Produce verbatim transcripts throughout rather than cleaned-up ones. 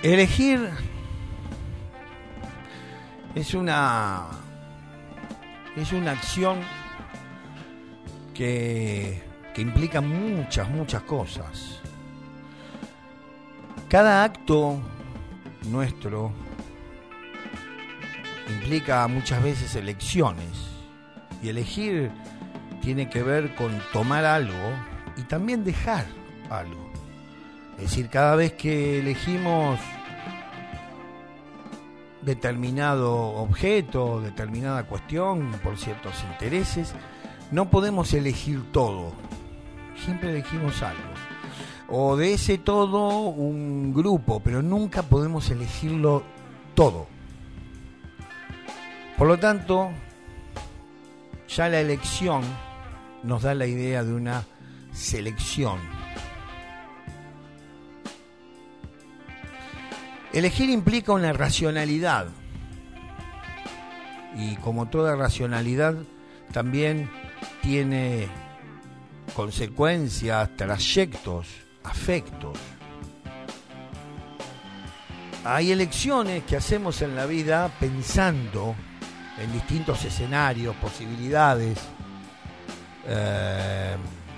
Elegir es una es una acción que, que implica muchas, muchas cosas. Cada acto nuestro implica muchas veces elecciones, y elegir tiene que ver con tomar algo y también dejar algo. Es decir, cada vez que elegimos determinado objeto, determinada cuestión por ciertos intereses, no podemos elegir todo. Siempre elegimos algo. O de ese todo un grupo, pero nunca podemos elegirlo todo. Por lo tanto, ya la elección nos da la idea de una selección. Elegir implica una racionalidad, y como toda racionalidad también tiene consecuencias, trayectos, afectos. Hay elecciones que hacemos en la vida pensando en distintos escenarios, posibilidades, eh,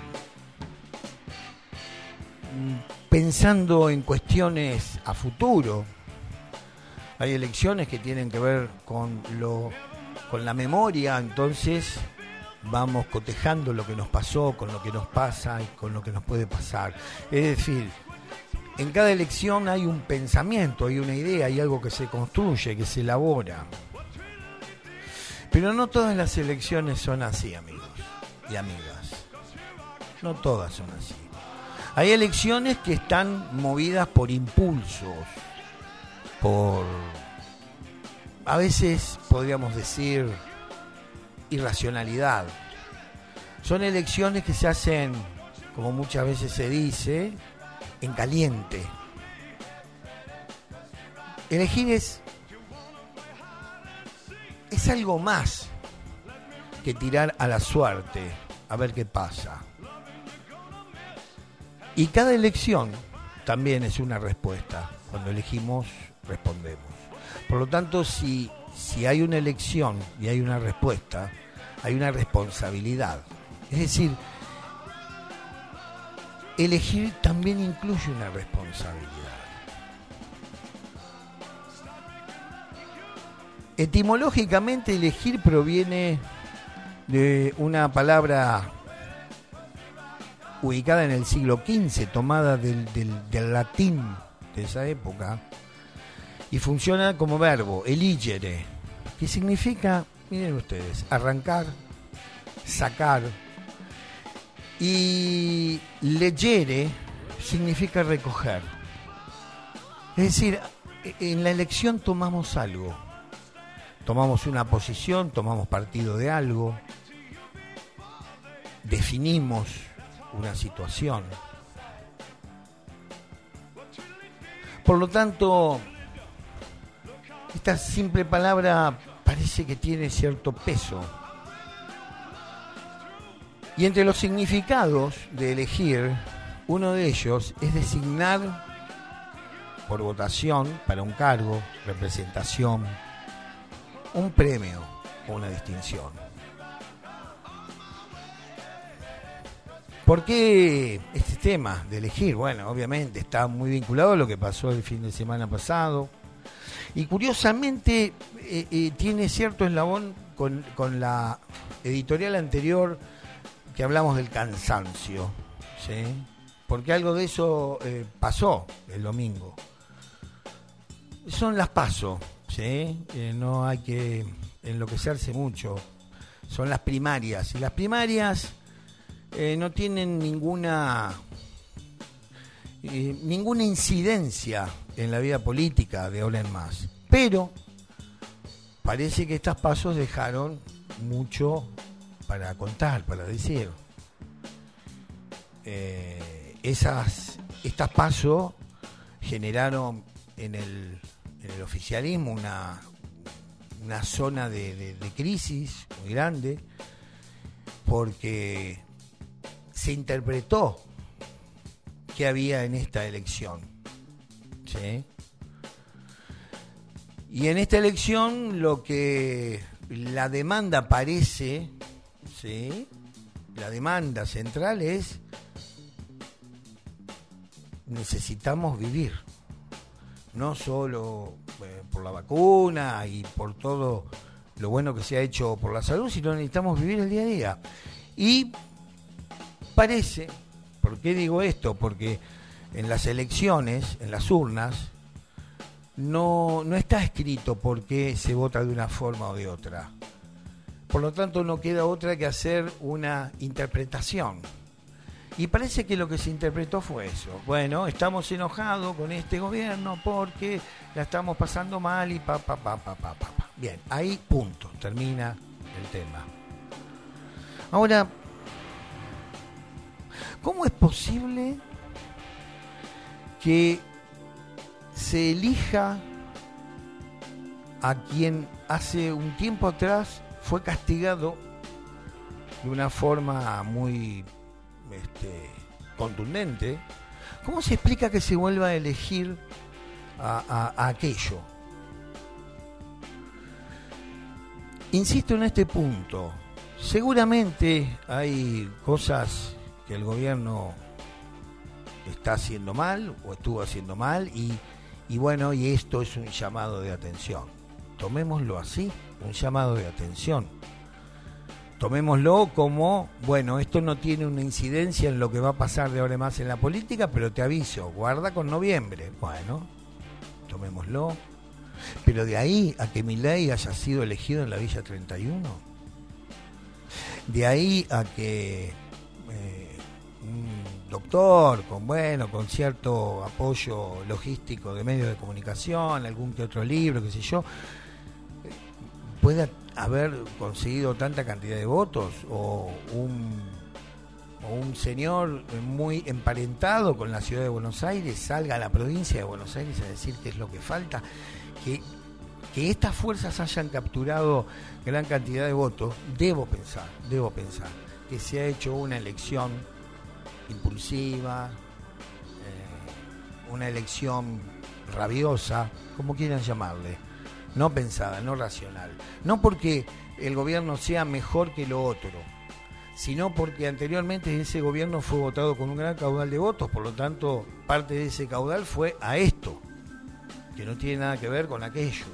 pensando en cuestiones a futuro. Hay elecciones que tienen que ver con lo, con la memoria, entonces vamos cotejando lo que nos pasó, con lo que nos pasa y con lo que nos puede pasar. Es decir, en cada elección hay un pensamiento, hay una idea, hay algo que se construye, que se elabora. Pero no todas las elecciones son así, amigos y amigas. No todas son así. Hay elecciones que están movidas por impulsos, por, a veces podríamos decir, irracionalidad. Son elecciones que se hacen, como muchas veces se dice, en caliente. Elegir es, es algo más que tirar a la suerte, a ver qué pasa. Y cada elección también es una respuesta. Cuando elegimos, respondemos. Por lo tanto, si, si hay una elección y hay una respuesta, hay una responsabilidad. Es decir, elegir también incluye una responsabilidad. Etimológicamente, elegir proviene de una palabra ubicada en el siglo quince, tomada del, del, del latín de esa época, y funciona como verbo, eligere, que significa, miren ustedes, arrancar, sacar, y legere significa recoger. Es decir, en la elección tomamos algo, tomamos una posición, tomamos partido de algo, definimos una situación. Por lo tanto, esta simple palabra parece que tiene cierto peso. Y entre los significados de elegir, uno de ellos es designar por votación para un cargo, representación, un premio o una distinción. ¿Por qué este tema de elegir? Bueno, obviamente está muy vinculado a lo que pasó el fin de semana pasado. Y curiosamente eh, eh, tiene cierto eslabón con, con la editorial anterior que hablamos del cansancio, ¿sí? Porque algo de eso eh, pasó el domingo. Son las PASO, ¿sí? Eh, no hay que enloquecerse mucho. Son las primarias. Y las primarias eh, no tienen ninguna eh, ninguna incidencia en la vida política de ahora en más. Pero parece que estas pasos dejaron mucho para contar, para decir. Eh, esas estas pasos generaron en el, en el oficialismo una, una zona de, de, de crisis muy grande, porque se interpretó qué había en esta elección, ¿sí? Y en esta elección lo que la demanda parece, ¿sí? La demanda central es: necesitamos vivir, no solo eh, por la vacuna y por todo lo bueno que se ha hecho por la salud, sino necesitamos vivir el día a día. Y parece, ¿por qué digo esto? Porque en las elecciones, en las urnas, no, no está escrito por qué se vota de una forma o de otra. Por lo tanto, no queda otra que hacer una interpretación. Y parece que lo que se interpretó fue eso. Bueno, estamos enojados con este gobierno porque la estamos pasando mal y pa, pa, pa, pa, pa, pa. Bien, ahí punto, termina el tema. Ahora, ¿cómo es posible que se elija a quien hace un tiempo atrás fue castigado de una forma muy este, contundente? ¿Cómo se explica que se vuelva a elegir a, a, a aquello? Insisto en este punto. Seguramente hay cosas que el gobierno está haciendo mal o estuvo haciendo mal y, y bueno, y esto es un llamado de atención. Tomémoslo así, un llamado de atención. Tomémoslo como, bueno, esto no tiene una incidencia en lo que va a pasar de ahora en más en la política, pero te aviso, guarda con noviembre. Bueno, tomémoslo. Pero de ahí a que Milei haya sido elegido en la Villa treinta y uno, de ahí a que eh, un doctor con bueno, con cierto apoyo logístico de medios de comunicación, algún que otro libro, qué sé yo, pueda haber conseguido tanta cantidad de votos, o un, o un señor muy emparentado con la ciudad de Buenos Aires salga a la provincia de Buenos Aires a decir qué es lo que falta, que, que estas fuerzas hayan capturado gran cantidad de votos. Debo pensar, debo pensar que se ha hecho una elección impulsiva, eh, una elección rabiosa, como quieran llamarle, no pensada, no racional. No porque el gobierno sea mejor que lo otro, sino porque anteriormente ese gobierno fue votado con un gran caudal de votos, por lo tanto, parte de ese caudal fue a esto, que no tiene nada que ver con aquello.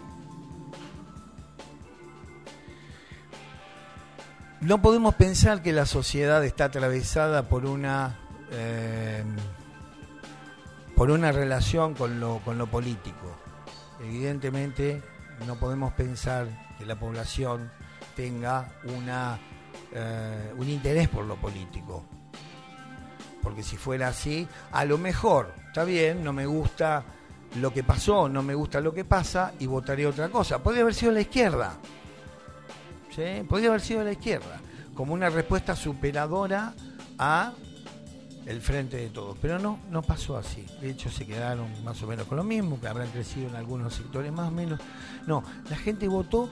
No podemos pensar que la sociedad está atravesada por una eh, por una relación con lo, con lo político. Evidentemente, no podemos pensar que la población tenga una eh, un interés por lo político, porque si fuera así, a lo mejor, está bien, no me gusta lo que pasó, no me gusta lo que pasa y votaré otra cosa. Podría haber sido la izquierda, ¿sí? Podría haber sido la izquierda, como una respuesta superadora a el Frente de Todos, pero no, no pasó así. De hecho, se quedaron más o menos con lo mismo, que habrán crecido en algunos sectores más o menos. No, la gente votó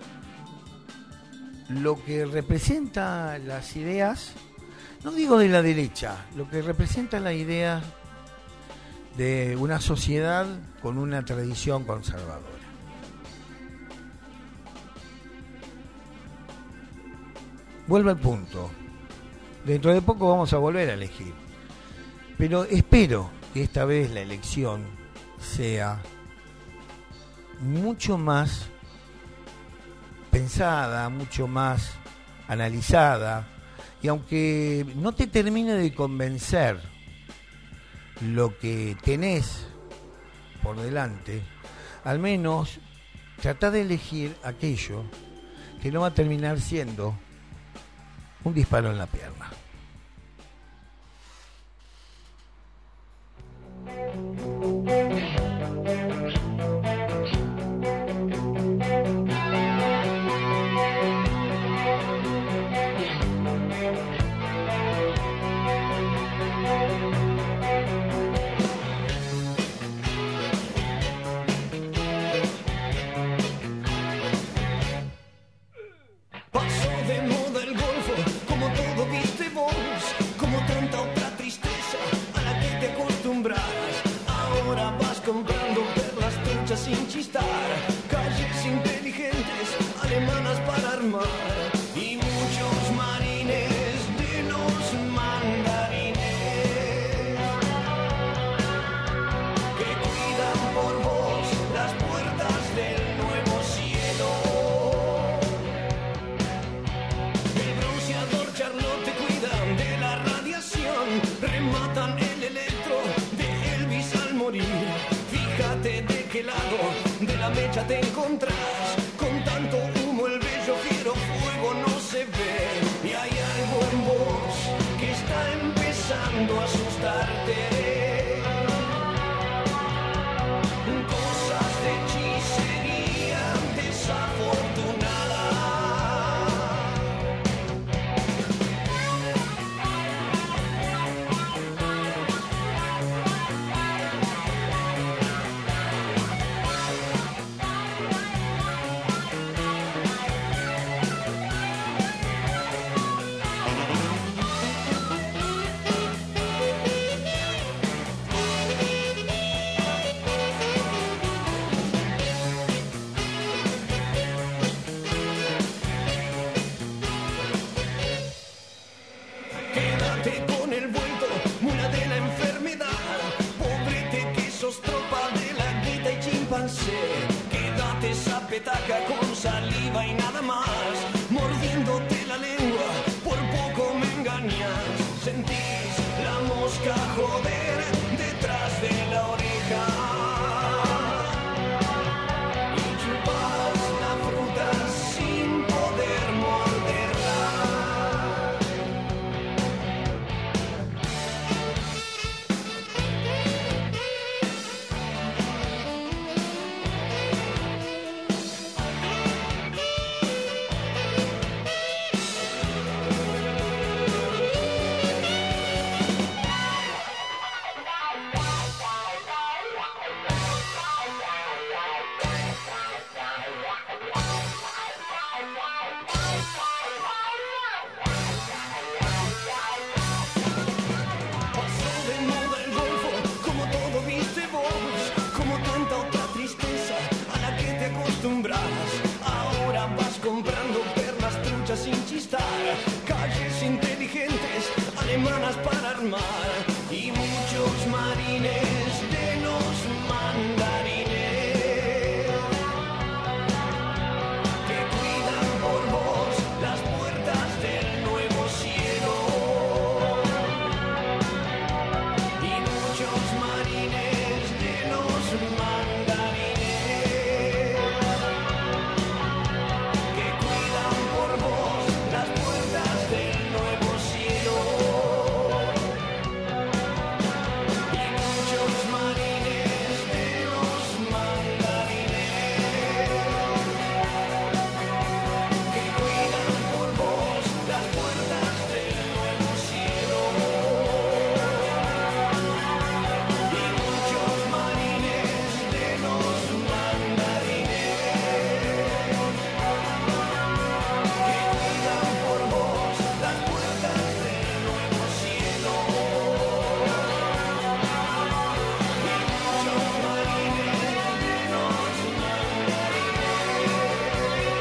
lo que representa las ideas, no digo de la derecha, lo que representa la idea de una sociedad con una tradición conservadora. Vuelvo al punto. Dentro de poco vamos a volver a elegir. Pero espero que esta vez la elección sea mucho más pensada, mucho más analizada, y aunque no te termine de convencer lo que tenés por delante, al menos tratá de elegir aquello que no va a terminar siendo un disparo en la pierna. sin chistar, calles inteligentes, alemanas para armar, y muchos marines de los mandarines que cuidan por vos las puertas del nuevo cielo. El bronceador Charlotte te cuida de la radiación, rematan el electro de Elvis al morir. Fíjate de qué lado de la mecha te encontrás, con tanto humo el bello fiero fuego no se ve, y hay algo en vos que está empezando a asustarte. Cosas de hechicería desafortunada. Quédate con el vuelto, mula de la enfermedad, pobrete que sos tropa de la guita y chimpancé. Quédate esa petaca con saliva y nada más, mordiéndote la lengua, por poco me engañas. Sentís la mosca joder detrás de la oreja y chupas la fruta sin poder morderla. Pasó de moda el golfo, como todo viste vos, como tanta otra tristeza a la que te acostumbras. Ahora vas comprando perlas truchas sin chistar, calles inteligentes, alemanas para armar, y muchos marines de los mandarines que cuidan por vos las puertas del nuevo cielo. Y muchos marines de los mandarines que cuidan por vos las puertas del nuevo cielo. Y muchos marines de los mandarines que cuidan por vos las puertas del nuevo cielo. Y muchos marines de los mandarines que cuidan por vos las puertas del nuevo cielo. Y muchos marines de los mandarines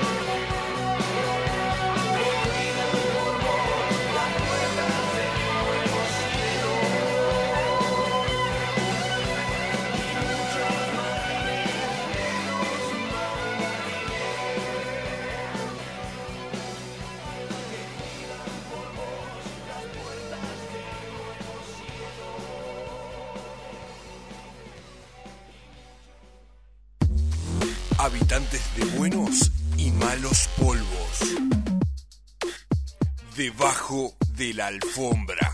que cuidan por vos las puertas del nuevo cielo. Habitantes de buenos y malos polvos. Debajo de la alfombra.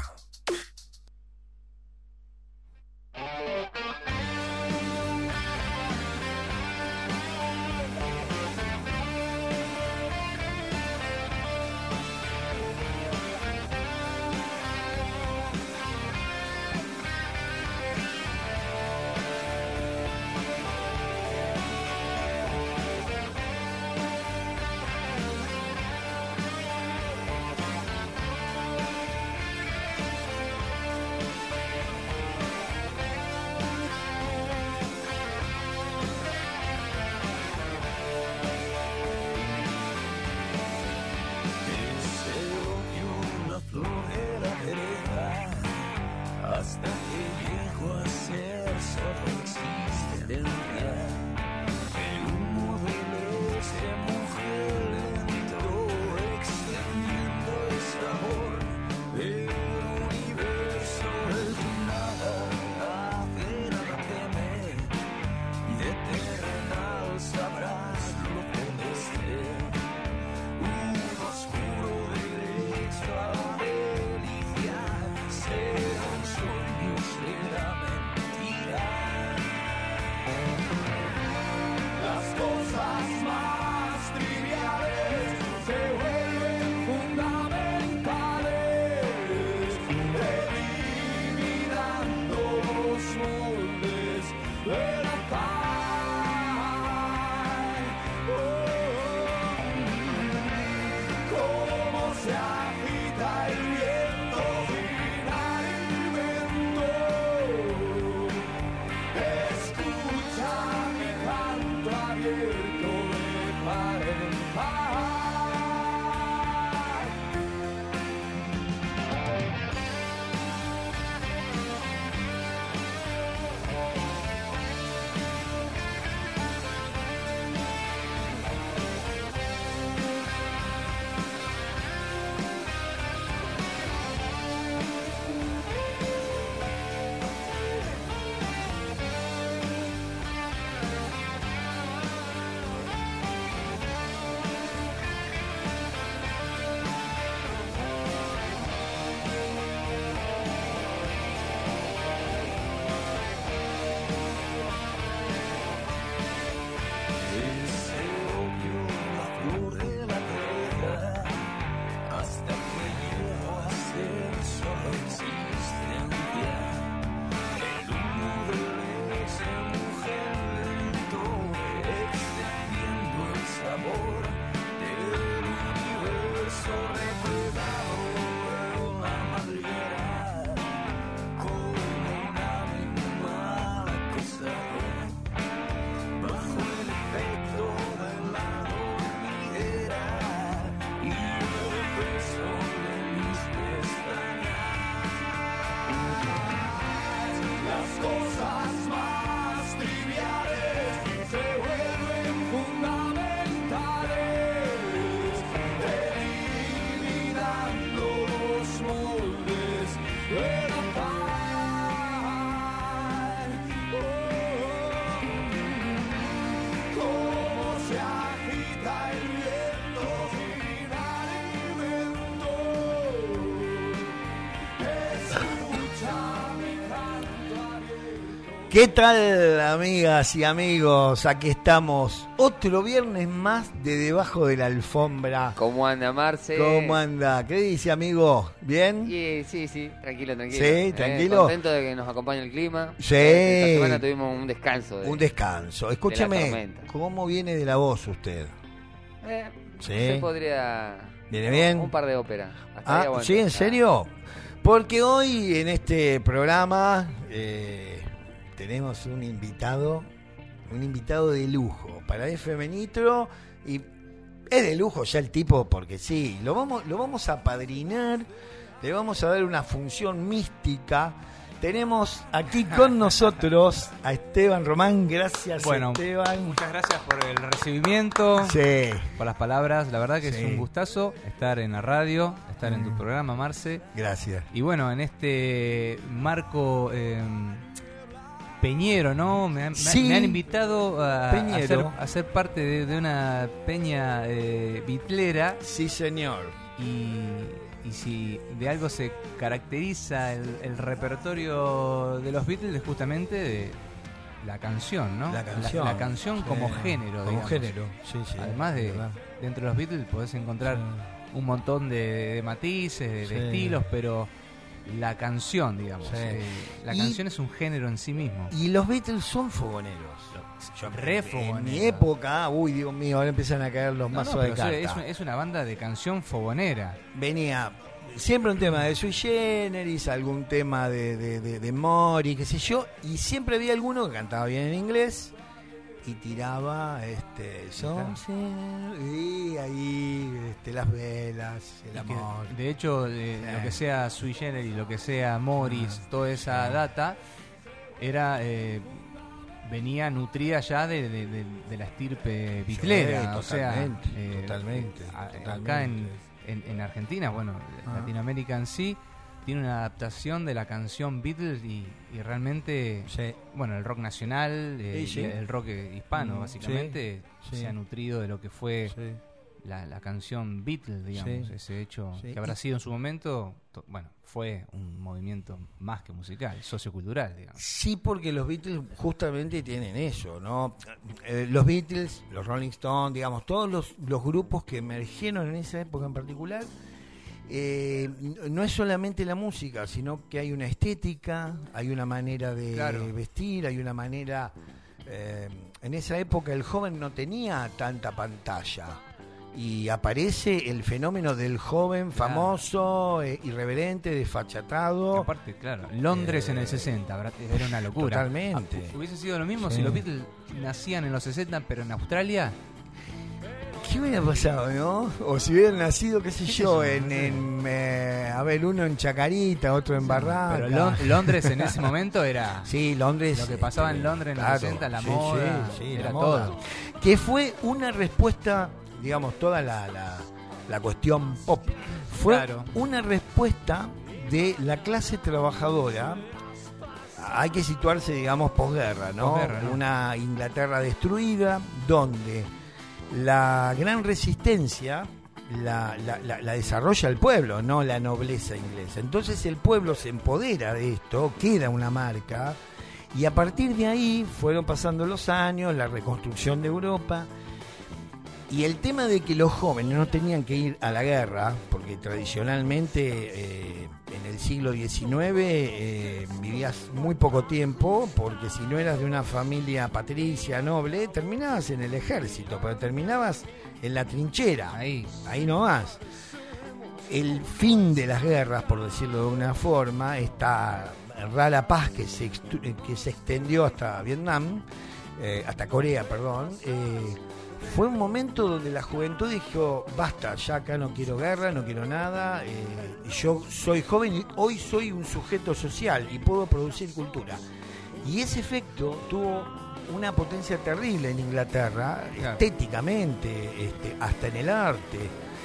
existencia. El humo del ese mujer lento, extendiendo el sabor del universo. El que nada hace, nada teme, y de terrenal sabrás lo que esté. Un oscuro derecho a la delicia, serán sueños de la mentira. Las cosas más triviales se vuelven fundamentales, eliminando los moldes de la paz. Oh, cómo se agita el viento sin alimento. Escucha mi canto abierto de par en par. Deseo yo la flor de la tierra hasta que llego a ser solo existencia. El humo del ese mujer lento, extendiendo el sabor del universo replegado en la madriguera, como un animal acosado. Bajo el efecto de la dormidera y el peso de mis pestañas. Las cosas más triviales se vuelven fundamentales, eliminando los moldes de la paz. Oh, cómo se agita el viento sin alimento. Escucha mi canto abierto. ¿Qué tal, amigas y amigos? Aquí estamos, otro viernes más de Debajo de la Alfombra. ¿Cómo anda, Marce? ¿Cómo anda? ¿Qué dice, amigo? ¿Bien? Y, sí, sí, tranquilo, tranquilo. Sí, Eh, tranquilo. Contento de que nos acompañe el clima. Sí. Eh, Esta semana tuvimos un descanso. De, Un descanso. de la Escúchame, tormenta. ¿cómo viene de la voz usted? Eh, Sí. Se podría... ¿Viene bien? Un par de óperas. Hasta ahí Ah, aguanta. ¿sí? ¿En serio? Porque hoy en este programa eh, tenemos un invitado, un invitado de lujo para F M Nitro, y es de lujo ya el tipo porque sí, lo vamos, lo vamos a padrinar, le vamos a dar una función mística. Tenemos aquí con nosotros a Esteban Román. Gracias, Bueno, Esteban. muchas gracias por el recibimiento, Sí, por las palabras. La verdad que Sí. es un gustazo estar en la radio, estar en tu Mm. programa, Marce. gracias. Y bueno, en este marco eh, peñero, ¿no? Me han, me- Sí. me han invitado a, a Peñero. ser, a ser parte de, de una peña eh, bitlera. Sí, señor. Y, y si de algo se caracteriza el, el repertorio de los Beatles es justamente de la canción, ¿no? La canción. La, canción como Sí, género, Como digamos. género, sí, sí. Además de, verdad. dentro de los Beatles podés encontrar Sí. un montón de, de matices, de, de Sí. estilos, pero la canción, digamos. Sí. eh, la Y- canción es un género en sí mismo. Y los Beatles son fogoneros. Yo, Re en- fogoneros. En mi época, uy, Dios mío, ahora empiezan a caer los No, mazos no, de pero cartas. es, una- es una banda de canción fogonera. Venía siempre un tema de Sui Generis, algún tema de, de, de, de Mori, qué sé yo, y siempre había alguno que cantaba bien en inglés y tiraba este Something, y ahí este, las velas, el Y que, amor. de hecho, eh, Sí. lo que sea Sui Generis, lo que sea Morris, Ah, toda esa sí. data, era eh, venía nutrida ya de, de, de, de la estirpe bitlera, Sí, o sea, totalmente, eh, totalmente, a- totalmente. acá en, en, en Argentina, bueno, Ah. Latinoamérica en sí, tiene una adaptación de la canción Beatles y, y realmente, Sí. bueno, el rock nacional, eh, Sí, sí. y el rock eh, hispano, Mm, básicamente, sí, se sí. ha nutrido de lo que fue Sí. la, la canción Beatles, digamos, Sí. ese hecho Sí. que habrá sido en su momento, to- bueno, fue un movimiento más que musical, sociocultural, digamos. Sí, porque los Beatles justamente tienen eso, ¿no? Eh, los Beatles, los Rolling Stones, digamos, todos los, los grupos que emergieron en esa época en particular, eh, no es solamente la música, sino que hay una estética, hay una manera de Claro. vestir, hay una manera... eh, en esa época el joven no tenía tanta pantalla. Y aparece el fenómeno del joven famoso, eh, irreverente, desfachatado. Aparte, claro, Londres Eh, en el sesenta habrá- era una locura. Totalmente. Ah, hubiese sido lo mismo Sí. si los Beatles nacían en los sesenta, pero en Australia. ¿Qué hubiera pasado, no? O si hubieran nacido, qué sé ¿Qué yo, sé yo? en, en eh, a ver, uno en Chacarita, otro en Barranca. Pero Lon- Londres en ese momento era Sí, Londres. lo que pasaba en este, Londres en claro, los sesenta, la sí, moda, sí, sí, era la moda. todo. Que fue una respuesta, digamos, toda la, la, la cuestión pop. Fue Claro. una respuesta de la clase trabajadora. Hay que situarse, digamos, posguerra, ¿no? Posguerra, ¿no? Una Inglaterra destruida, donde la gran resistencia la, la, la, la desarrolla el pueblo, no la nobleza inglesa. Entonces el pueblo se empodera de esto, queda una marca, y a partir de ahí fueron pasando los años, la reconstrucción de Europa. Y el tema de que los jóvenes no tenían que ir a la guerra, porque tradicionalmente eh, en el siglo diecinueve eh, vivías muy poco tiempo, porque si no eras de una familia patricia, noble, terminabas en el ejército, pero terminabas en la trinchera, Ahí. ahí nomás. El fin de las guerras, por decirlo de una forma, esta rara paz que se, extu- que se extendió hasta Vietnam, eh, hasta Corea, perdón, eh, fue un momento donde la juventud dijo, basta, ya acá no quiero guerra, no quiero nada, eh, yo soy joven y hoy soy un sujeto social y puedo producir cultura. Y ese efecto tuvo una potencia terrible en Inglaterra, Claro. estéticamente, este, hasta en el arte.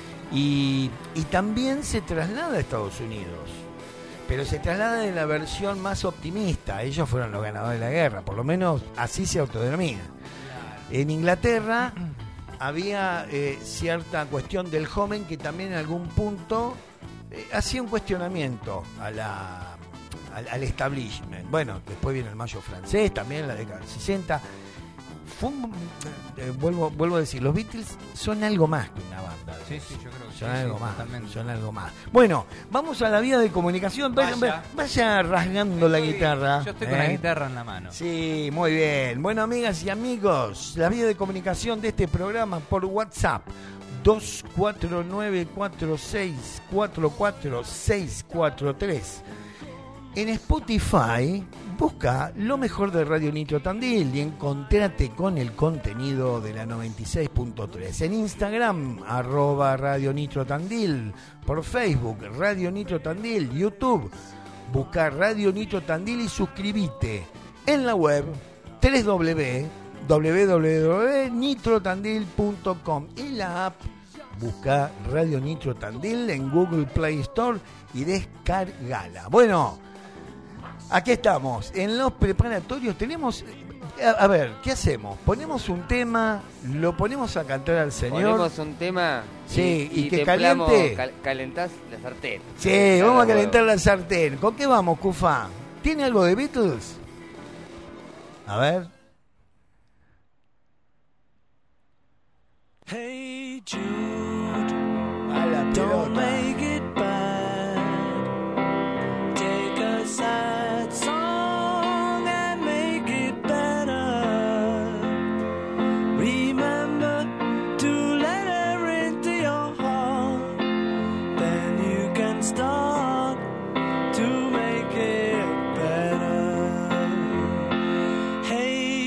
Y, y también se traslada a Estados Unidos, pero se traslada en la versión más optimista. Ellos fueron los ganadores de la guerra, por lo menos así se autodenomina. En Inglaterra había eh, cierta cuestión del joven que también en algún punto eh, hacía un cuestionamiento a la, al, al establishment. Bueno, después viene el mayo francés, también la década del sesenta. Fue un- eh, vuelvo, vuelvo a decir, los Beatles son algo más que una banda. Sí, sí, yo creo que sí, Son sí, algo más, totalmente. son algo más. Bueno, vamos a la vía de comunicación. Vaya, Vaya. vaya rasgando la Estoy- guitarra. Yo estoy con la ¿eh? guitarra en la mano. Sí, muy bien. Bueno, amigas y amigos, la vía de comunicación de este programa por WhatsApp dos cuatro nueve cuatro seis cuatro cuatro seis cuatro tres. En Spotify busca lo mejor de Radio Nitro Tandil y encontrate con el contenido de la noventa y seis punto tres. En Instagram, arroba Radio Nitro Tandil. Por Facebook, Radio Nitro Tandil. YouTube, busca Radio Nitro Tandil y suscribite. En la web, w w w w punto nitro tandil punto com. En la app, busca Radio Nitro Tandil en Google Play Store y descargala. Bueno, aquí estamos, en los preparatorios tenemos... A, a ver, ¿qué hacemos? Ponemos un tema, lo ponemos a cantar al señor. Ponemos un tema y, Sí, y que templamos- caliente. cal- calentás la sartén. Sí, vamos a Claro, calentar la sartén. ¿Con qué vamos, Cufa? ¿Tiene algo de Beatles? A ver. Hey Jude, A la don't pelota. make it bad. Take a sad song and make it better. Remember to let her into your heart. Then you can start to make it better. Hey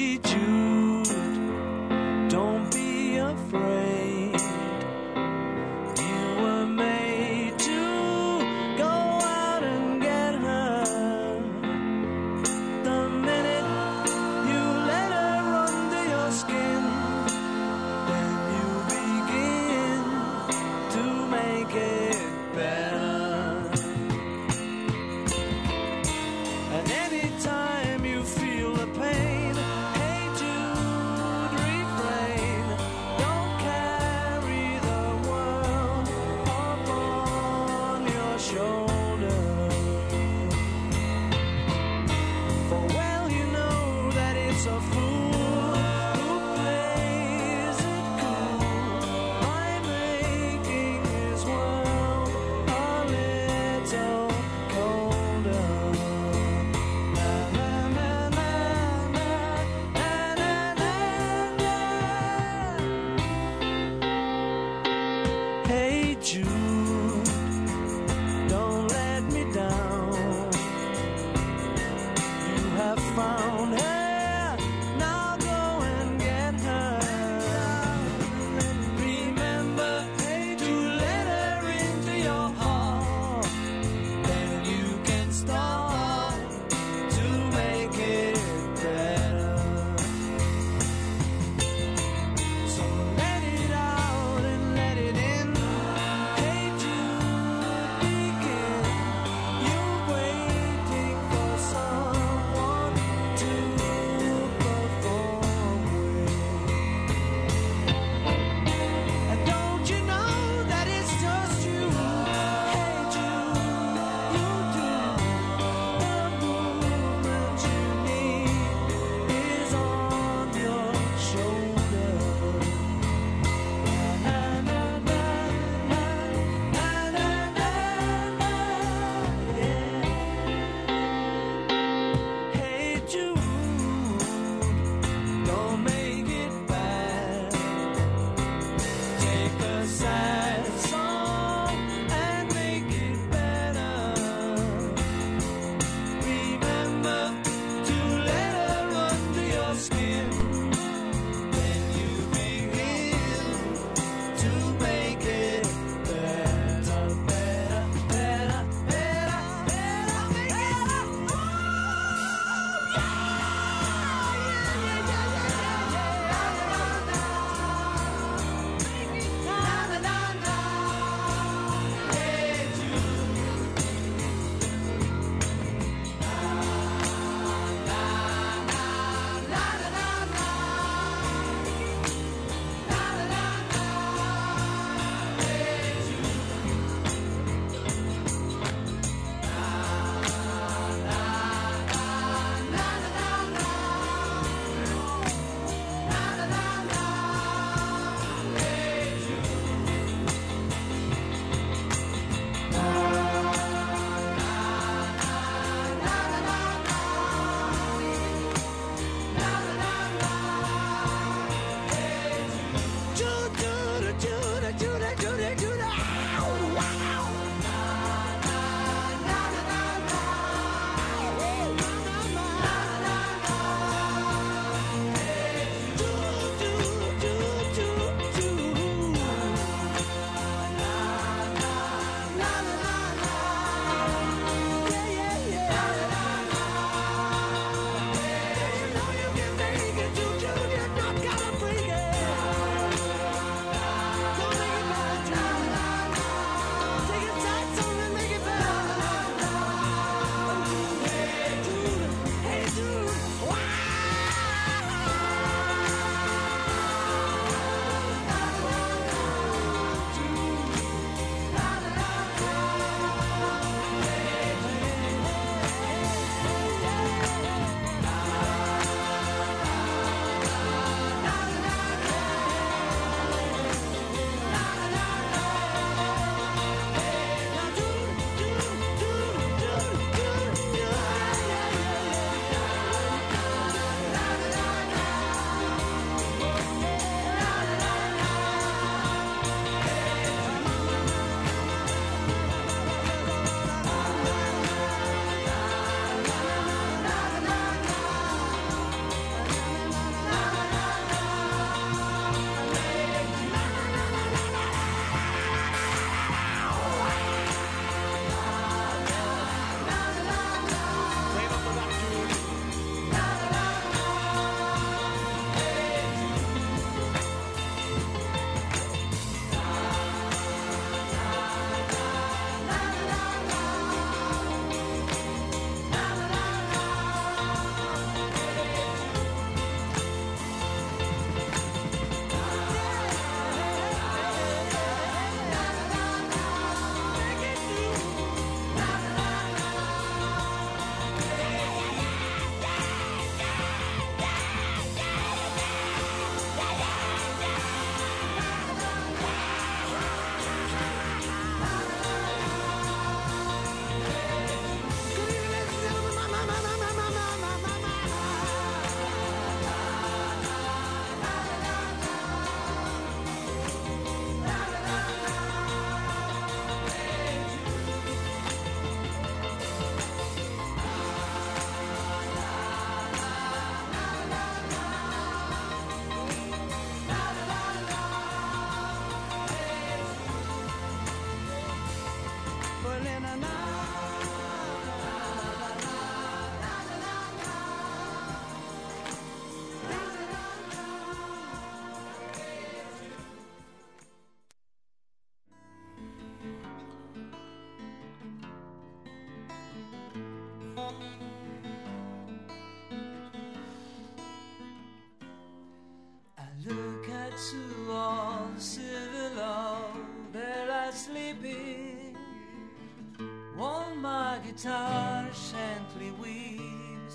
guitar gently weeps.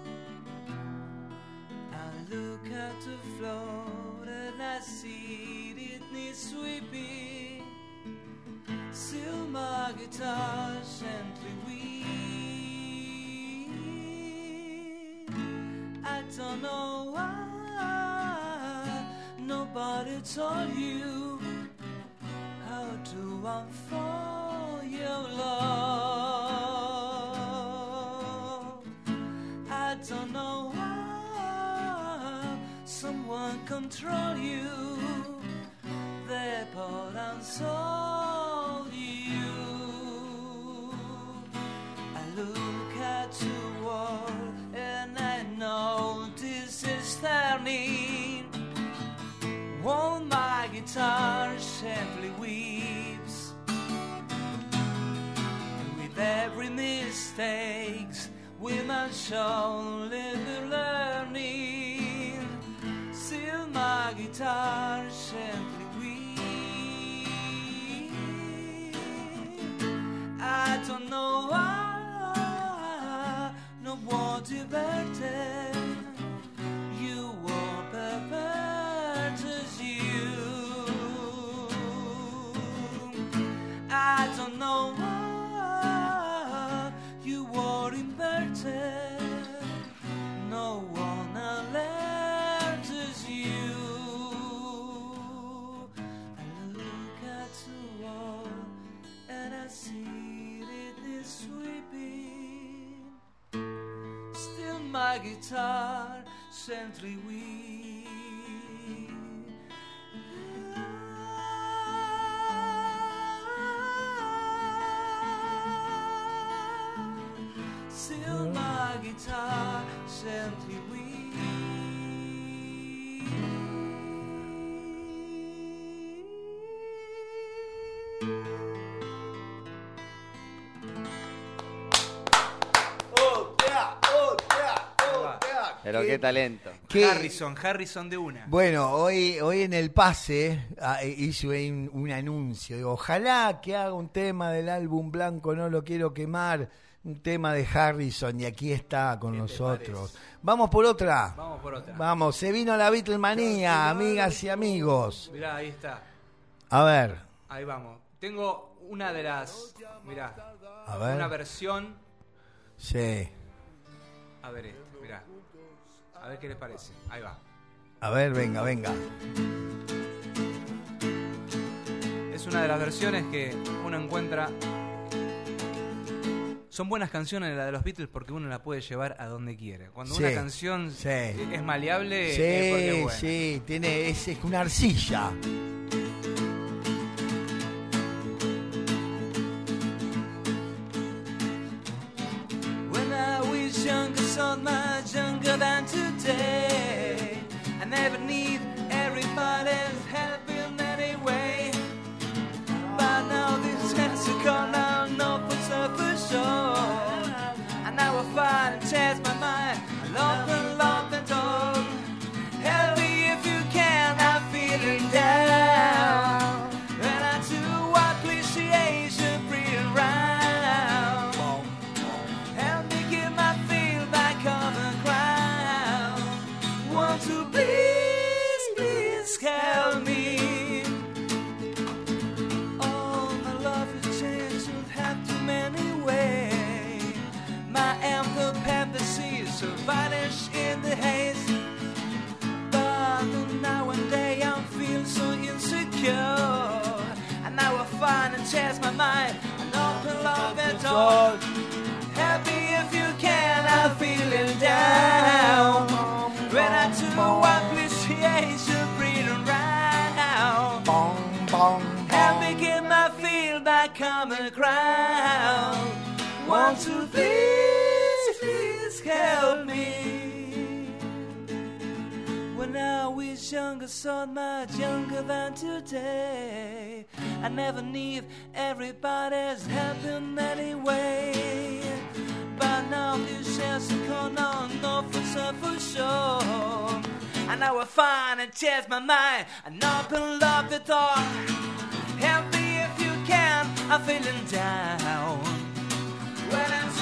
I look at the floor and I see it needs sweeping. Still my guitar gently weeps. I don't know why nobody told you how to unfold your love. I don't know why someone control you. They bought and sold you. I look at the wall and I know this is turning. While my guitar gently weeps, and with every mistake we must surely be learning. Still my guitar gently weeps. I don't know why no one diverted. You were perverted as you. I don't know why you were inverted. No one alert as you. I look at the wall and I see it is sweeping. Still my guitar gently weeps. Still my guitar gently weeps. Oh, yeah, oh, yeah, oh, yeah. Pero qué talento. ¿Qué? Harrison, Harrison de una. Bueno, hoy, hoy en el pase ah, hice un, un anuncio. Digo, ojalá que haga un tema del álbum Blanco, no lo quiero quemar. Un tema de Harrison y aquí está con nosotros. Vamos por otra. Vamos por otra. Vamos, se vino la Beatlemanía, amigas y amigos. Mirá, ahí está. A ver. Ahí vamos. Tengo una de las... Mirá. A ver. Una versión... Sí. A ver esto, mirá. A ver qué les parece. Ahí va. A ver, venga, venga. Es una de las versiones que uno encuentra... Son buenas canciones la de los Beatles porque uno la puede llevar a donde quiere. Cuando Sí, una canción sí. es maleable, Sí, es porque es buena. sí, tiene, es, es una arcilla. When I was younger, so much younger than today, I never need everybody's help in any way. But now this has to come now, no for for sure. And now I find and change my mind. I love and love the dog. Help me if you can, I'm feeling down. And I do appreciation breathing round. Help me get my feel back on the ground. Want to please, please help me. Oh, my love has changed, you've had too many ways. My ample fantasies so vanish in the haze. But now and then I feel so insecure. And now I find and change my mind and open up the door. Happy if you can, I'm feeling down. When I do appreciation breathing round. Help me get my feel back on the ground. Want to please, please help me. When I was younger, so much younger than today, I never need everybody's help in any way. But now this has come on, no for sure, for sure. And now I find and change my mind and open up the door. Help me if you can, I'm feeling down. When I'm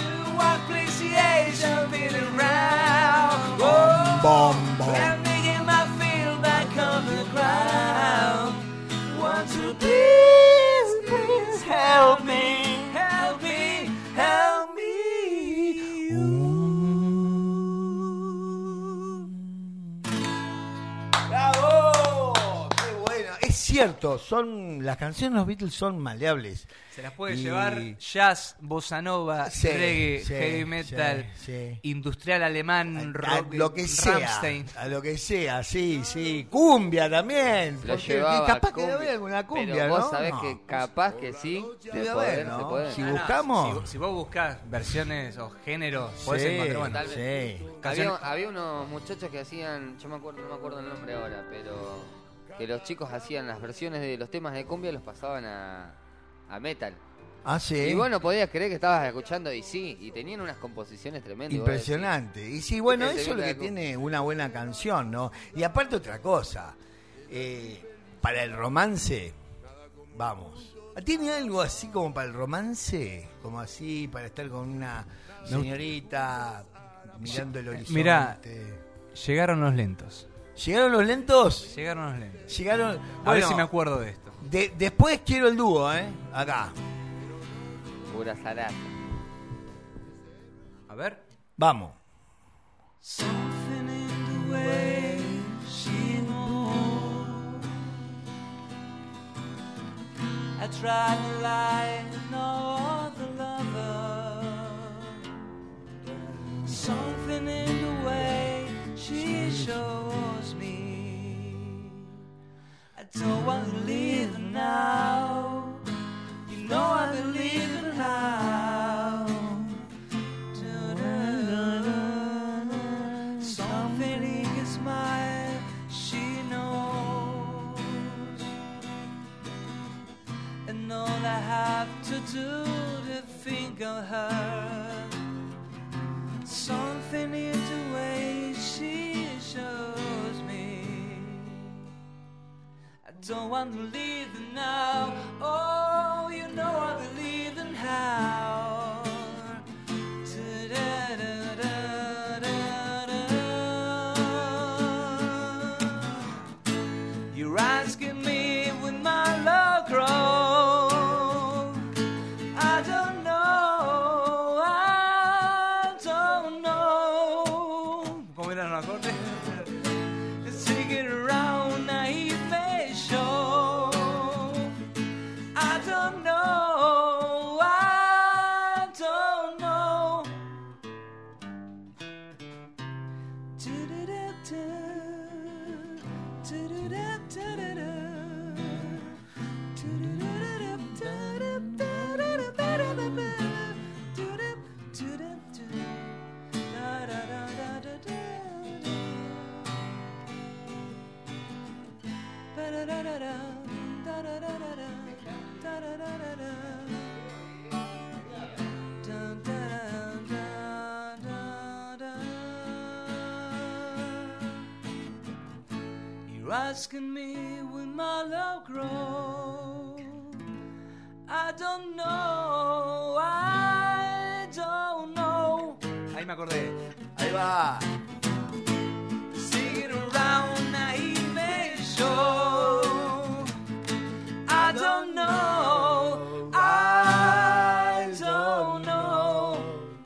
what place the age I've been around. Oh, Bom, bom. I'm making my feel back on the ground. Want to please, please help me, help me, help me. ¡Bravo! ¡Qué bueno! Es cierto, son las canciones de los Beatles son maleables. Se las puede Y- llevar jazz, bossa nova, Sí, reggae, sí, heavy metal, sí, sí. industrial alemán, A, a rock, lo que sea, Rammstein. a lo que sea, sí, sí, cumbia también, Lo porque llevaba capaz que cumbia. debe haber alguna cumbia, Pero vos ¿no? sabés No. que capaz que sí, Debe se haber, puede, ¿no? se puede. Si Ah, no, buscamos. Si, si vos buscás versiones o géneros, podés Sí, encontrar. Bueno, tal vez. sí. Había, canciones- había unos muchachos que hacían, yo me acuerdo, no me acuerdo el nombre ahora, pero que los chicos hacían las versiones de los temas de cumbia y los pasaban a, a metal. Ah, sí. Y vos no podías creer que estabas escuchando y sí, y tenían unas composiciones tremendas. y vos decís, Impresionante. Y sí, bueno, Este eso es lo Beatles que de tiene una buena canción, ¿no? Y aparte otra cosa, eh, para el romance, vamos, ¿tiene algo así como para el romance? Como así, para estar con una señorita mirando el horizonte. Mirá. Llegaron los lentos. ¿Llegaron los lentos? Llegaron los lentos. Llegaron... A ver bueno, si me acuerdo de esto. de- después quiero el dúo, ¿eh? Acá. Pura zarata. A ver. Vamos. Something in the way she moves. I tried to lie, no other lover. Something in the way she shows me. I don't want to leave now. You know I believe in how. Something in your smile, she knows. And all I have to do to think of her. Something in the way she shows me. I don't want to leave now. Oh, you know I believe in how. You're asking me when my love grows. I don't know, I don't know. ¿Cómo eran los acordes? Take it around, naive face show. I don't know, I don't know. Do-do-do-do, do-do-do-do-do-do, do-do-do-do-do-do-do-do-do-do-do-do, da-da-da-da-da-da. Ba-da-da-da-da, da-da-da-da-da, da-da-da-da-da. Dun-da-dun-dun-dun-dun. You're asking me when my love grows. I don't know, I don't know. Ahí me acordé. Ahí va. Sing it around, naive show. I don't know, I don't know.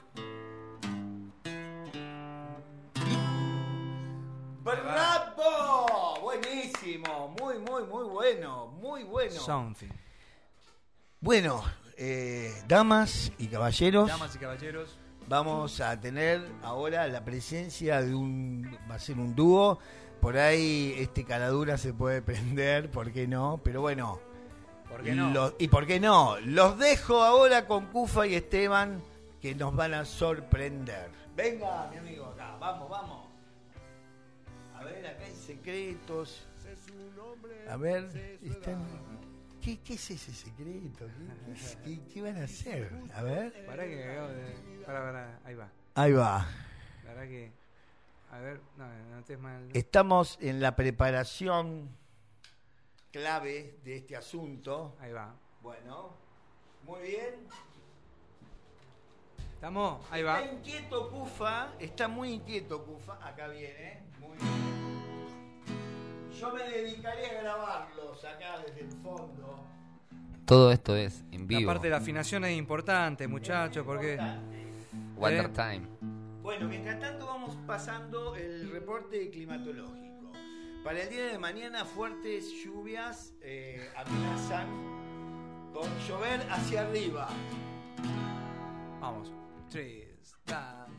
¡Bravo! Buenísimo, muy, muy, muy bueno, muy bueno. Something. Bueno, eh, damas y caballeros, Damas y caballeros. vamos a tener ahora la presencia de un, va a ser un dúo. Por ahí este caladura se puede prender, ¿por qué no? Pero bueno, ¿Por qué no? los- ¿y por qué no? Los dejo ahora con Cufa y Esteban, que nos van a sorprender. Venga, mi amigo, acá, vamos, vamos. A ver, acá hay secretos. A ver, están... ¿Qué, qué es ese secreto? ¿Qué, qué, qué- qué van a hacer? A ver. Pará que acabo de. Pará, pará. Ahí va. Ahí va. La verdad que. A ver, no, no estés mal. Estamos en la preparación clave de este asunto. Ahí va. Bueno, muy bien. ¿Estamos? Ahí va. Está inquieto Cufa, está muy inquieto Cufa. Acá viene, muy bien. Yo me dedicaré a grabarlos acá desde el fondo. Todo esto es en vivo. La parte de la afinación es importante, muchachos, porque... Wonder ¿Eh? Time. Bueno, mientras tanto vamos pasando el reporte climatológico. Para el día de mañana fuertes lluvias eh, amenazan con llover hacia arriba. Vamos. Tres, down.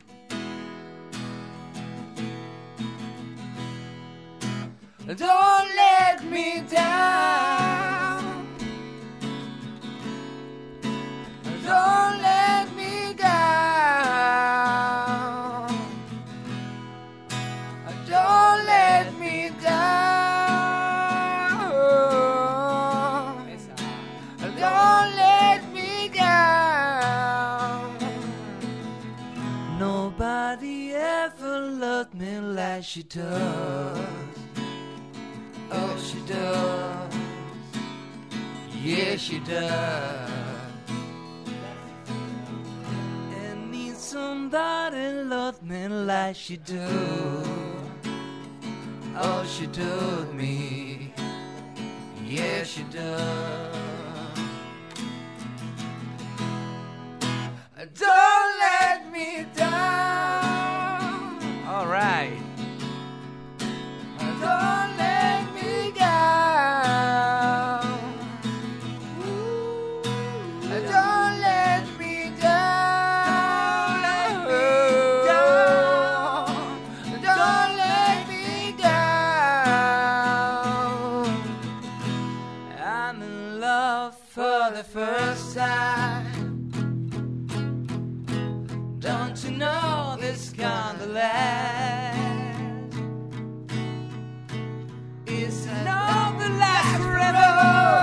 Don't let me down. Don't let me down. Don't let me down. Don't let me down. Nobody ever loved me like she does. Oh, she does. Yeah, she does. And need somebody love me like she do. Oh, she do me. Yeah, she does. Don't let me down. All right. Don't let me down. Don't let me down. Don't let me down. I'm in love for the first time. Don't you know this can't last? It's not the last forever.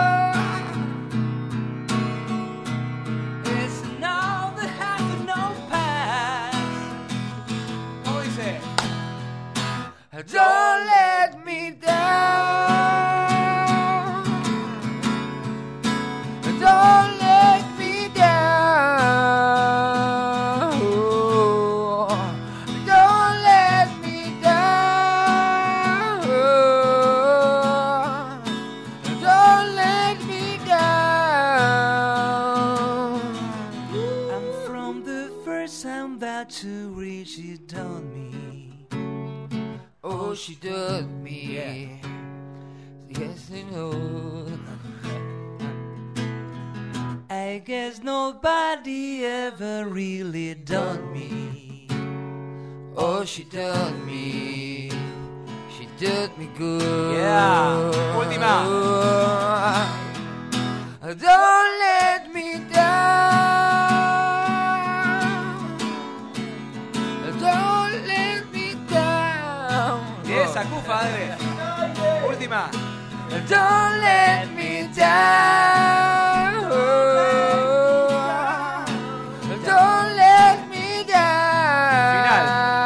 It's not the half and no past. ¿Cómo dice? Don't let me down. Don't let me down. Don't let me down. Don't let me down. I'm from the first I'm about to reach it on me. Oh, she did me. Yes, I know. I guess nobody ever really done me. Oh, she done me. She did me good. Yeah. Última. Don't let me down. Don't let me down. Y esa, Cufa, dale. Última. Don't let me down. Don't let me down. Final.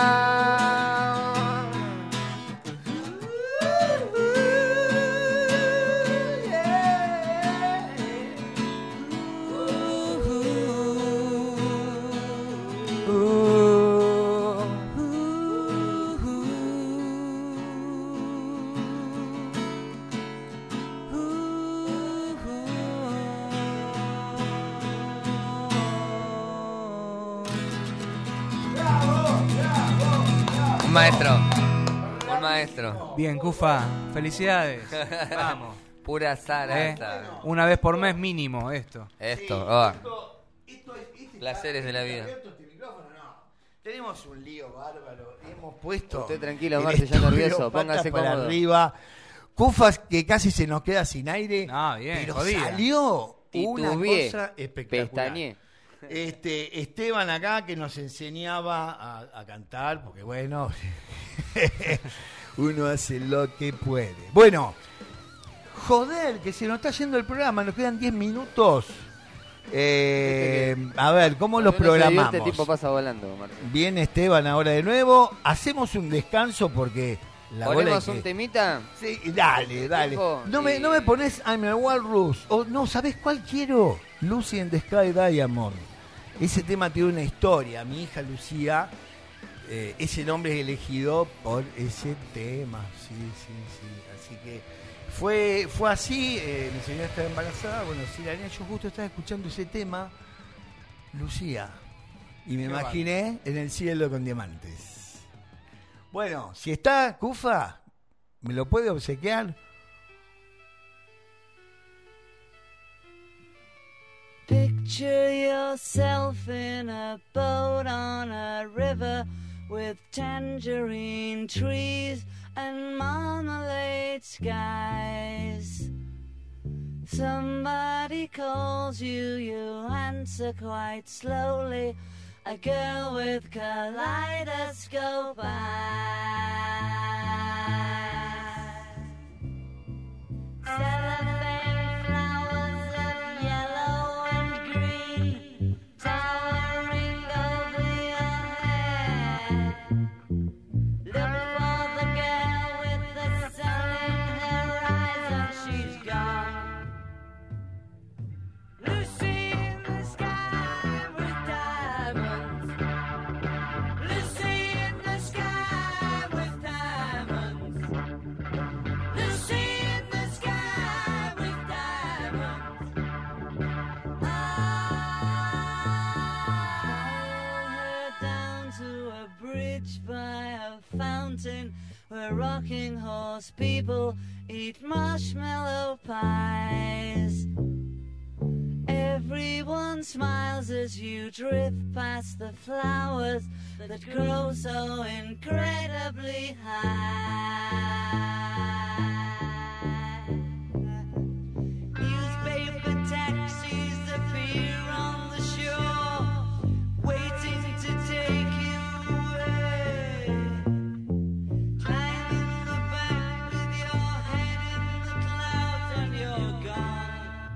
Un maestro. Un maestro. Bien, Cufa. Felicidades. Vamos. Pura ¿Eh? zarata. Una vez por mes mínimo esto. Esto, oh. Esto, esto es, este Placeres de la vida. ¿Abierto este micrófono? No. Tenemos un lío bárbaro. Hemos puesto. Usted tranquilo, el Marce, ya estudio nervioso. patas Póngase para cómodo. arriba. Cufas que casi se nos queda sin aire. No, bien, pero jodida. salió una Titubeé, cosa espectacular. pestañé. Este, Esteban acá que nos enseñaba a, a cantar, porque bueno, uno hace lo que puede. Bueno, joder, que se nos está yendo el programa, nos quedan diez minutos. Eh, a ver, ¿cómo los Cuando uno se divierte, programamos? el tiempo pasa volando, Marce. Viene Esteban ahora de nuevo, hacemos un descanso porque la bola ¿Ponemos es que- un temita? Sí, dale, dale. Tiempo, No me, y- no me pones I'm a Walrus. O no, ¿sabés cuál quiero? Lucy in the Sky Diamond. Ese tema tiene una historia. Mi hija Lucía, eh, ese nombre es elegido por ese tema. Sí, sí, sí. Así que fue fue así. Eh, mi señora estaba embarazada. Bueno, sí, la niña, yo justo estaba escuchando ese tema, Lucía, y me Qué imaginé bueno. En el cielo con diamantes. Bueno, si está, Cufa, ¿me lo puede obsequiar? Picture yourself in a boat on a river with tangerine trees and marmalade skies. Somebody calls you, you answer quite slowly. A girl with kaleidoscope eyes. Cellophane flowers of yellow and green, towering over your head. Look for the girl with the sun in her eyes, and she's gone. Lucy in the sky with diamonds. Lucy in the sky with diamonds. Lucy in the sky with diamonds. I her down to a bridge by a fountain where rocking horse people eat marshmallow pies. Everyone smiles as you drift past the flowers that grow so incredibly high. Newspaper taxis appear on the shore, waiting to take you away. Climb in the back with your head in the clouds and you're gone.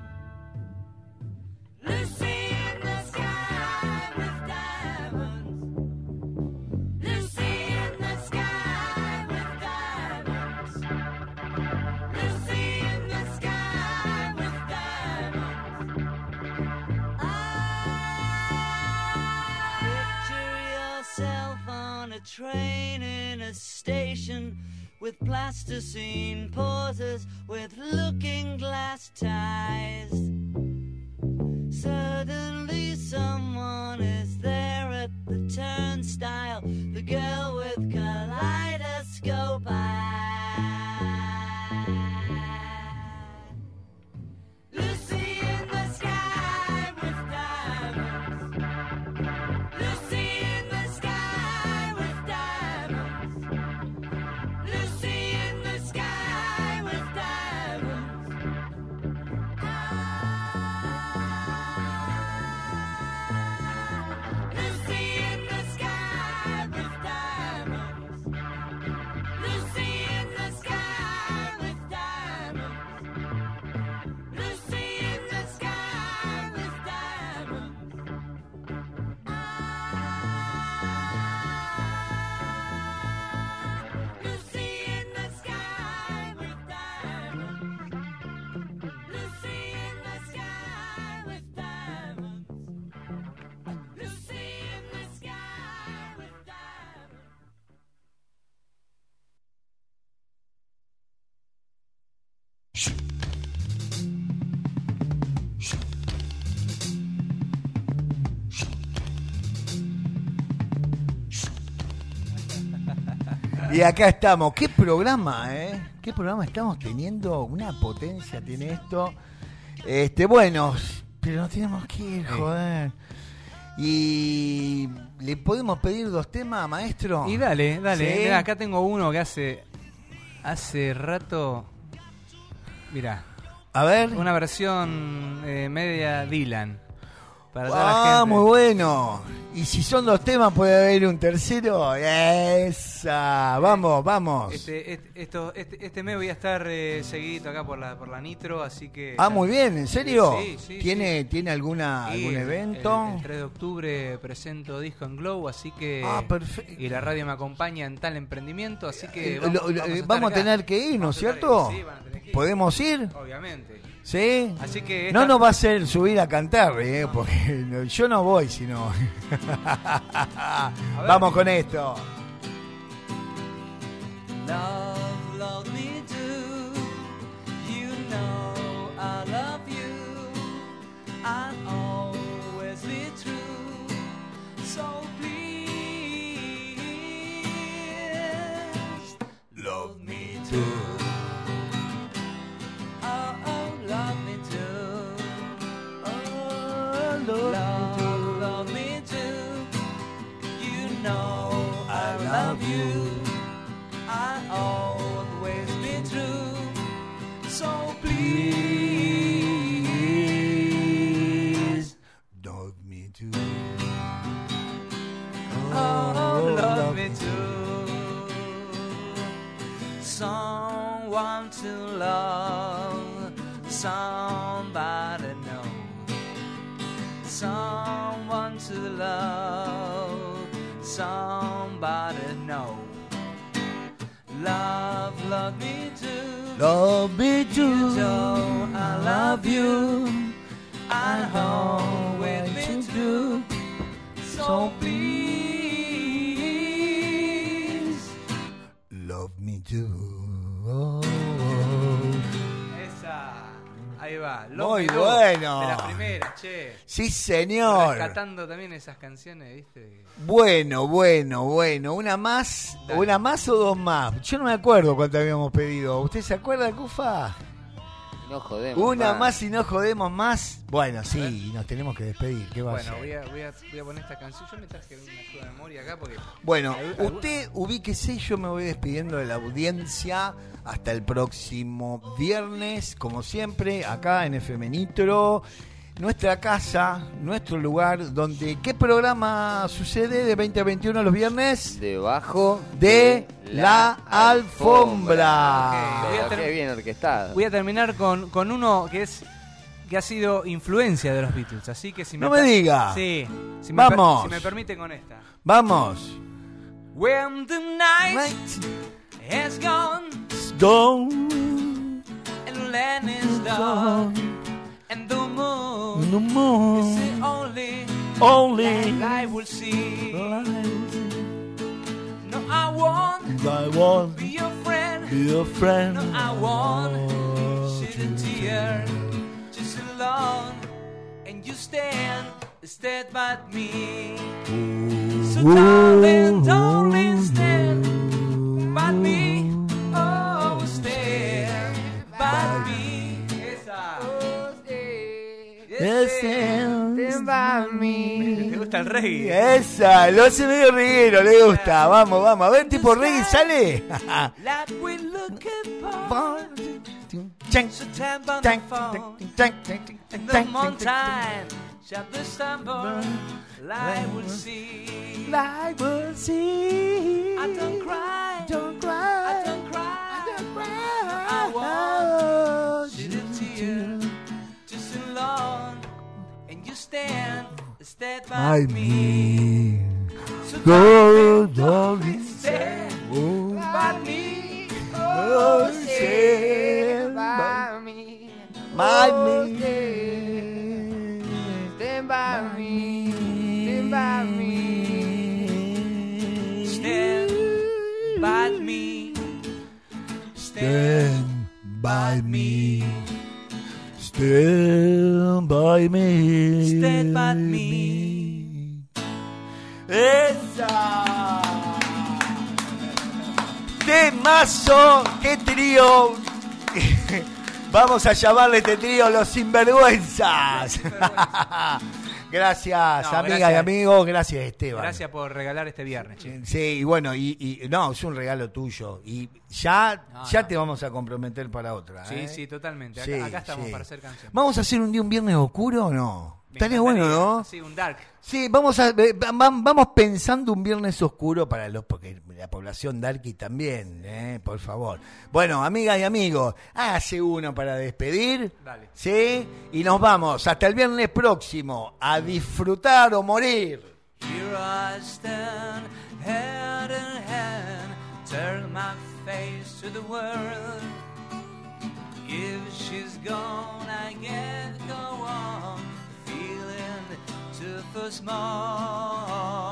Lucy in the sky with diamonds. Lucy in the sky with diamonds. Lucy in the sky with diamonds. Ah, picture yourself on a train in a station with plasticine porters with looking glass ties. Suddenly someone is there at the turnstile, the girl with kaleidoscope eyes. Lucy in the sky with diamonds. Lucy in the sky with diamonds. Lucy in the sky with diamonds. Lucy in the sky with diamonds. Lucy in the sky with diamonds. Lucy in the sky with diamonds. Lucy in the sky with diamonds. Lucy in the sky with diamonds. Lucy in the sky with diamonds. Y acá estamos. ¿Qué programa, eh? ¿Qué programa estamos teniendo? Una potencia tiene esto. Este, bueno, pero nos tenemos que ir, joder. Y le podemos pedir dos temas, maestro. Y dale, dale. ¿Sí? Mirá, acá tengo uno que hace hace rato. Mirá, A ver. una versión eh, media Dylan. Para toda la Ah, gente. muy bueno. Y si son dos temas, puede haber un tercero. Esa. Vamos, vamos. Este, este, esto, este, este mes voy a estar eh, seguidito acá por la por la Nitro, así que... Ah, muy bien, ¿en serio? Sí, sí, ¿Tiene, sí. ¿Tiene alguna, Y algún el- evento? El, el tres de octubre presento Disco en Glow, así que... Ah, perfecto. Y la radio me acompaña en tal emprendimiento, así que... Eh, lo- lo- vamos, eh, estar vamos a acá. tener que ir, ¿no Vamos es a estar- cierto? Sí, van a tener que ir. ¿Podemos ir? Obviamente. ¿Sí? Así que No esta- nos va a hacer subir a cantar, ¿eh? Porque no- yo no voy, sino... Vamos con esto. Love, love me too. You know I love you. I'll always be true. So please, love me too. Oh, oh, love me too. Oh, love, love me too. You know I love you. I'll always be true. So please, Love me too. oh, love me too. Someone to love, somebody know. Someone to love, somebody know. Love, love me too. Love me You too. know I love you. I'll always be true. So please, Love me too. Oh, oh. Esa. Ahí va. Muy Love Me Do, bueno. De las primeras, che. Sí, señor. Rescatando también esas canciones, ¿viste? Bueno, bueno, bueno. ¿Una más? Dale. ¿Una más o dos más? Yo no me acuerdo cuánto habíamos pedido. ¿Usted se acuerda, Cufa? No jodemos. Una va. más y no jodemos más. Bueno, sí, nos tenemos que despedir. ¿Qué va a Bueno, hacer? voy a, voy, a, voy a poner esta canción. Yo me traje una ayuda de memoria acá porque... Bueno, ¿Algún- usted ubíquese, yo me voy despidiendo de la audiencia hasta el próximo viernes, como siempre, acá en F M Nitro, nuestra casa, nuestro lugar, donde ¿qué programa sucede de veinte a veintiuno los viernes? Debajo De la alfombra. Ok, voy a Pero ter- qué bien orquestado. Voy a terminar con, con uno que es que ha sido influencia de los Beatles, así que si me No me per- diga. Sí, si me, per- Vamos. si me permite con esta. Vamos. when the night has gone Gone. and land is dark and the moon No more. is the only Only. light I will see. No, I won't I want be your friend. be a friend. No, I won't shed a tear just alone, and you stand, stand by me. So darling, darling, stand by me. Oh, stand by me. Esa. Yes, Stand by me. ¿Te gusta el reggae? Esa, lo hace medio reguero, le gusta. Vamos, vamos. A ver, tipo reggae sale. Like we look upon. Chan, So time on chan, the phone. chan, chan, chan, And the chan, more chan, chan. time shall the stumble light will see. Like we'll see. I don't cry, Don't cry. I don't cry, I won't shed a tear just alone, and you stand, stand by Ay, me. me. So Go, darling, darling, stand oh, by me. oh, stand by me. my Oh, me. Stand by me. Stand by me. Stand by me. Stand by me. Stand by me. Stand by me. ¡Esa! ¡Temazo! ¡Qué trío! Vamos a llamarle este trío Los Sinvergüenzas. Gracias, No, amigas gracias. y amigos. Gracias, Esteban. Gracias por regalar este viernes, che. Sí, y bueno, y, y- no, es un regalo tuyo. Y ya, No, ya no. te vamos a comprometer para otra. Sí, ¿eh? sí, totalmente. Acá, Sí, acá estamos sí. para hacer canciones. ¿Vamos a hacer un día un viernes oscuro o no? Me Estaría encantaría. bueno, ¿no? Sí, un dark. Sí, vamos a eh, va- va- vamos pensando un viernes oscuro para los porque la población darky también, eh, por favor. Bueno, amigas y amigos, hágase uno para despedir. Dale. Sí, y nos vamos hasta el viernes próximo a disfrutar o morir. Here I stand, hand in hand, turn my face to the world. If she's gone, I too small.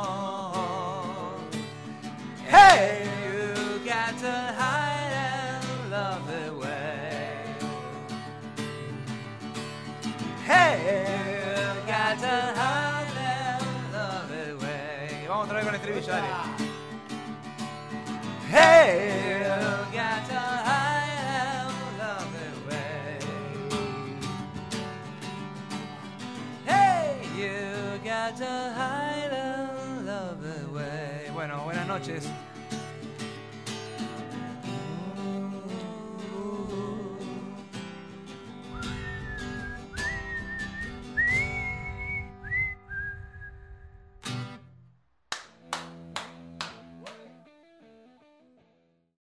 Hey, you got to hide and love the way. Hey, you got to hide and love the way. Vamos otra vez con el estribillo, dale. Hey, you got to hide and love the way. Hey, you got to hide and love the way. Bueno, buenas noches.